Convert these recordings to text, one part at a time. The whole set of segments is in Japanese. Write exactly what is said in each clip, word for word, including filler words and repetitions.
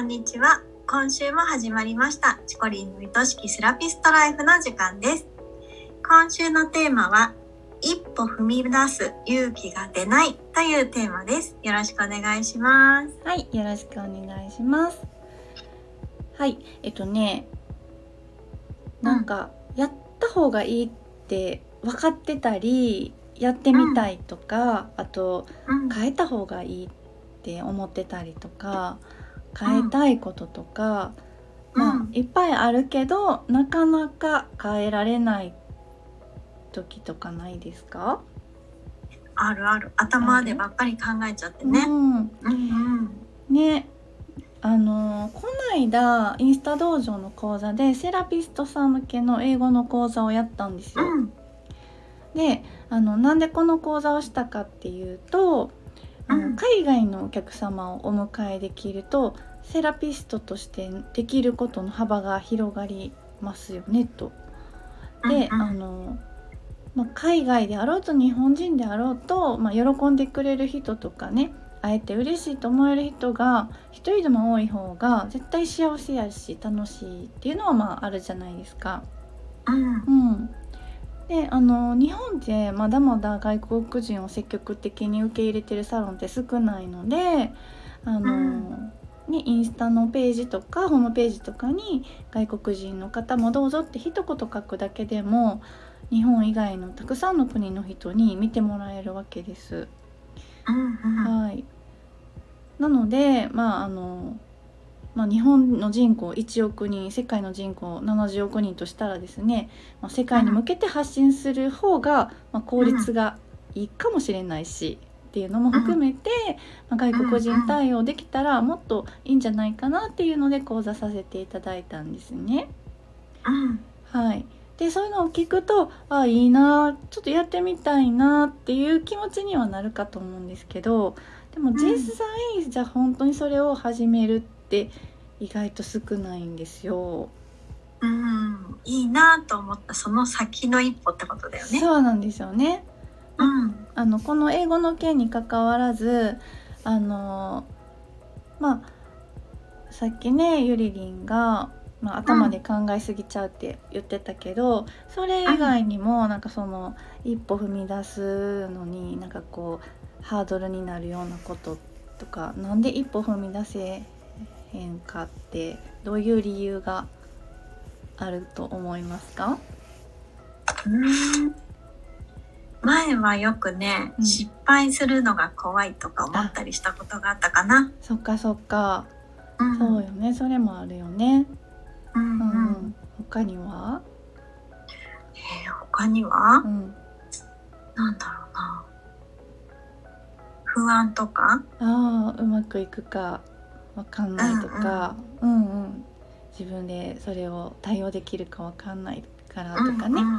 んにちは。今週も始まりましたチコリンの愛しきセラピストライフの時間です。今週のテーマは一歩踏み出す勇気が出ないというテーマです。よろしくお願いします。 はい、よろしくお願いします。はい、えっとねなんかやった方がいいって分かってたりやってみたいとか、うん、あと、うん、変えた方がいいって思ってたりとか変えたいこととか、うん、まあいっぱいあるけどなかなか変えられない時とかないですか？ あるある。頭でばっかり考えちゃってね、うんうんうん、 ねあのこないだインスタ道場の講座でセラピストさん向けの英語の講座をやったんですよ、うん、であのなんでこの講座をしたかっていうとあの、うん、海外のお客様をお迎えできるとセラピストとしてできることの幅が広がりますよねと。で、うんうん、あのまあ、海外であろうと日本人であろうと、まあ、喜んでくれる人とかね会えて嬉しいと思える人が一人でも多い方が絶対幸せやし楽しいっていうのはまああるじゃないですか、 うんうん、であの日本でまだまだ外国人を積極的に受け入れてるサロンって少ないのであの、うんね、インスタのページとかホームページとかに外国人の方もどうぞって一言書くだけでも日本以外のたくさんの国の人に見てもらえるわけです、 うんうん、 はい、なので、まああのまあ、日本の人口いちおくにん世界の人口ななじゅうおくにんとしたらですね、まあ、世界に向けて発信する方が、まあ、効率がいいかもしれないしっていうのも含めて、まあ、外国人対応できたらもっといいんじゃないかなっていうので講座させていただいたんですね、 うんはい。でそういうのを聞くとあいいなちょっとやってみたいなっていう気持ちにはなるかと思うんですけどでも実際、うん、じゃあ本当にそれを始めるって意外と少ないんですよ。 うん、いいなと思ったその先の一歩ってことだよね。 そうなんですよね、 うん、 あのこの英語の件に関わらずあのまあさっきねゆりりんがまあ、頭で考えすぎちゃうって言ってたけど、うん、それ以外にもなんかその一歩踏み出すのになんかこうハードルになるようなこととかなんで一歩踏み出せへんかってどういう理由があると思いますか？ うーん前はよくね、うん、失敗するのが怖いとか思ったりしたことがあったかな。 そっかそっか、うん、そうよねそれもあるよね。 うんうんうん、 他には、 えー、他には、うん、なんだろうな不安とかあうまくいくかわかんないとか、うんうんうんうん、自分でそれを対応できるかわかんないからとかね、うんうんうん、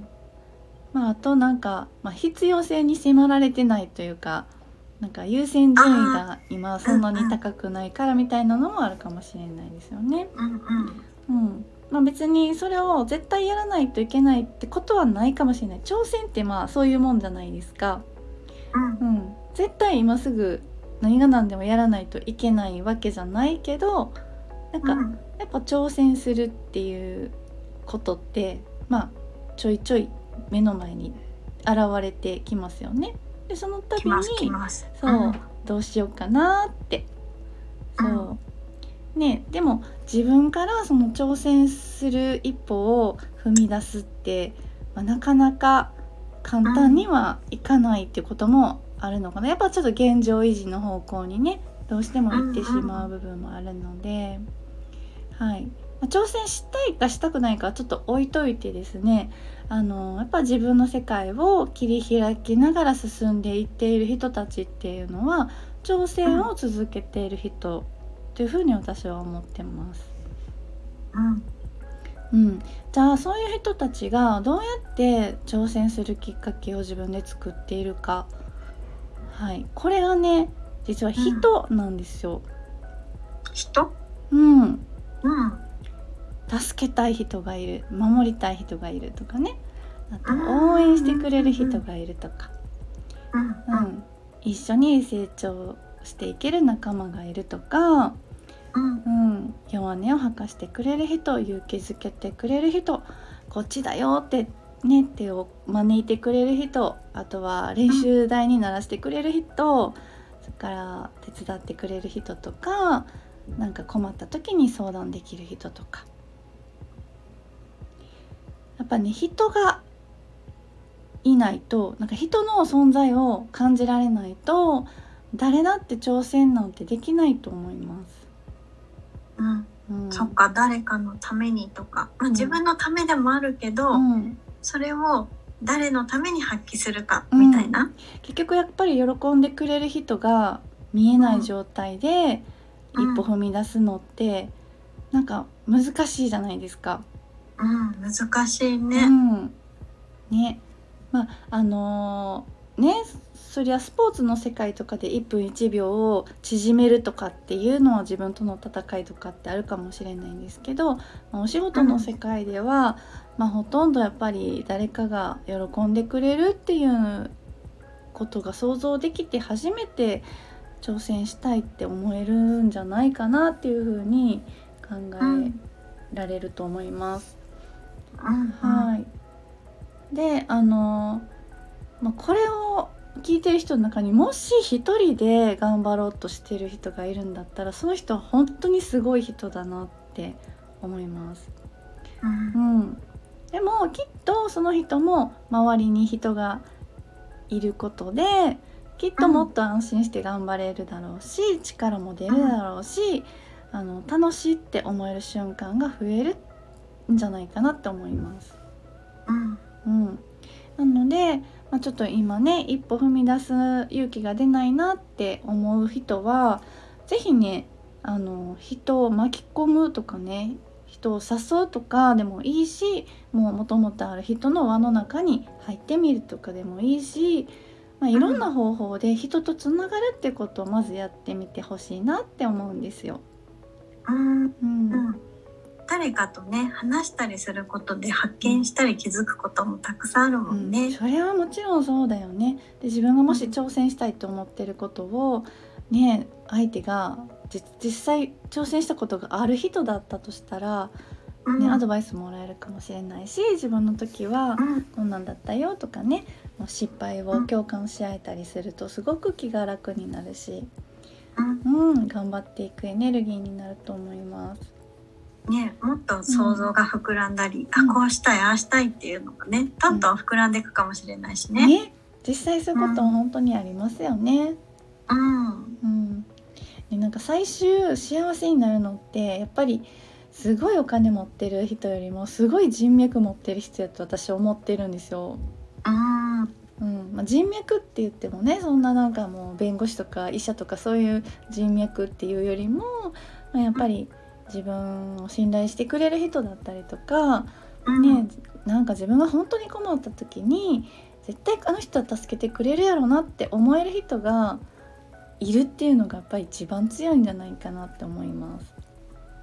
まああとなんか、まあ、必要性に迫られてないというかなんか優先順位が今そんなに高くないからみたいなのもあるかもしれないですよね。 うんうんうんまあ、別にそれを絶対やらないといけないってことはないかもしれない。挑戦ってまあそういうもんじゃないですか、 うんうん、絶対今すぐ何が何でもやらないといけないわけじゃないけどなんか、うん、やっぱ挑戦するっていうことってまあちょいちょい目の前に現れてきますよね。でその度にそう、うん、どうしようかなってそう、うん、ねでも自分からその挑戦する一歩を踏み出すって、まあ、なかなか簡単にはいかないってこともあるのかな。やっぱちょっと現状維持の方向にねどうしても行ってしまう部分もあるので、うんうんはいまあ、挑戦したいかしたくないかはちょっと置いといてですねあのやっぱ自分の世界を切り開きながら進んでいっている人たちっていうのは挑戦を続けている人というふうに私は思ってます、 うんうん、じゃあそういう人たちがどうやって挑戦するきっかけを自分で作っているか、はい、これがね実は人なんですよ、 うん、人？ うんうん助けたい人がいる守りたい人がいるとかねあと応援してくれる人がいるとか、 うんうん、 一緒に成長していける仲間がいるとかうんうん、弱音を吐かしてくれる人、勇気づけてくれる人、こっちだよってね、手を招いてくれる人、あとは練習台にならしてくれる人、それから手伝ってくれる人とか、なんか困った時に相談できる人とか、やっぱね、人がいないと、なんか人の存在を感じられないと、誰だって挑戦なんてできないと思います。 うんうん、 そっか、誰かのためにとか、まあ、自分のためでもあるけど、 うん、 それを誰のために発揮するかみたいな、 うん、結局やっぱり喜んでくれる人が見えない状態で一歩踏み出すのって、うん、なんか難しいじゃないですか。 うん、難しいね。 うん、ね、まああのー、ね、そりゃスポーツの世界とかでいっぷんいちびょうを縮めるとかっていうのは自分との戦いとかってあるかもしれないんですけど、まあ、お仕事の世界では、うん、まあ、ほとんどやっぱり誰かが喜んでくれるっていうことが想像できて初めて挑戦したいって思えるんじゃないかなっていうふうに考えられると思います。 うん、 はい。で、あの、まあ、これを聞いてる人の中にもし一人で頑張ろうとしてる人がいるんだったら、その人は本当にすごい人だなって思います。 うん、 うん、でもきっとその人も周りに人がいることできっともっと安心して頑張れるだろうし、うん、力も出るだろうし、うん、あの楽しいって思える瞬間が増えるんじゃないかなって思います。 うんうん、なので、まあ、ちょっと今ね一歩踏み出す勇気が出ないなって思う人はぜひね、あの人を巻き込むとかね、人を誘うとかでもいいし、もう元々ある人の輪の中に入ってみるとかでもいいし、まあ、いろんな方法で人とつながるってことをまずやってみてほしいなって思うんですよ。 うん、 うんうん誰かとね話したりすることで発見したり気づくこともたくさんあるもんね、 うん、それはもちろんそうだよね。で自分がもし挑戦したいと思ってることをね、相手が実際挑戦したことがある人だったとしたら、ね、うん、アドバイスもらえるかもしれないし、自分の時はこんなんだったよとかね、もう失敗を共感し合えたりするとすごく気が楽になるし、うんうん、頑張っていくエネルギーになると思いますね。もっと想像が膨らんだり、うん、あこうしたいああしたいっていうのがねどんどん膨らんでいくかもしれないしね、うん、 ね、実際そういうことも本当にありますよね。 うんうん、でなんか最終幸せになるのってやっぱりすごいお金持ってる人よりもすごい人脈持ってる人やと私は思ってるんですよ。 うんうんまあ、人脈って言ってもね、そんななんかもう弁護士とか医者とかそういう人脈っていうよりも、まあ、やっぱり自分を信頼してくれる人だったりとか、 うんね、なんか自分が本当に困った時に絶対あの人は助けてくれるやろなって思える人がいるっていうのがやっぱり一番強いんじゃないかなって思います。 うん、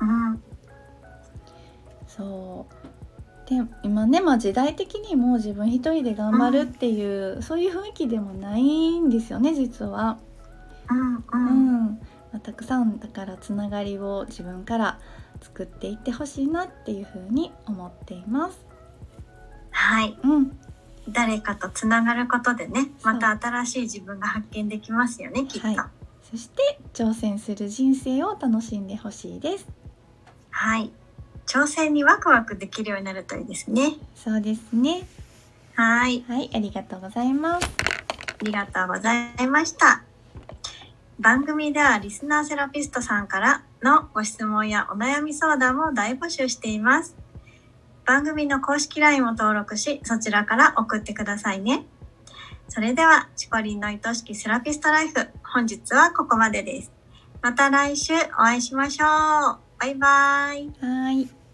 そうで今ね、まあ、時代的にも自分一人で頑張るっていう、うん、そういう雰囲気でもないんですよね実は。 うんうんうんまあ、たくさんだからつながりを自分から作っていってほしいなっていうふうに思っています。 はい、 うん、 誰かとつながることでねまた新しい自分が発見できますよねきっと、はい、 そして挑戦する人生を楽しんでほしいです。 はい、挑戦にワクワクできるようになるといいですね。 そうですね。 はい、 はい、ありがとうございます。 ありがとうございました。番組ではリスナーセラピストさんからのご質問やお悩み相談も大募集しています。番組の公式 ライン を登録し、そちらから送ってくださいね。それでは、チコリンの愛しきセラピストライフ、本日はここまでです。また来週お会いしましょう。バイバイ。 はい。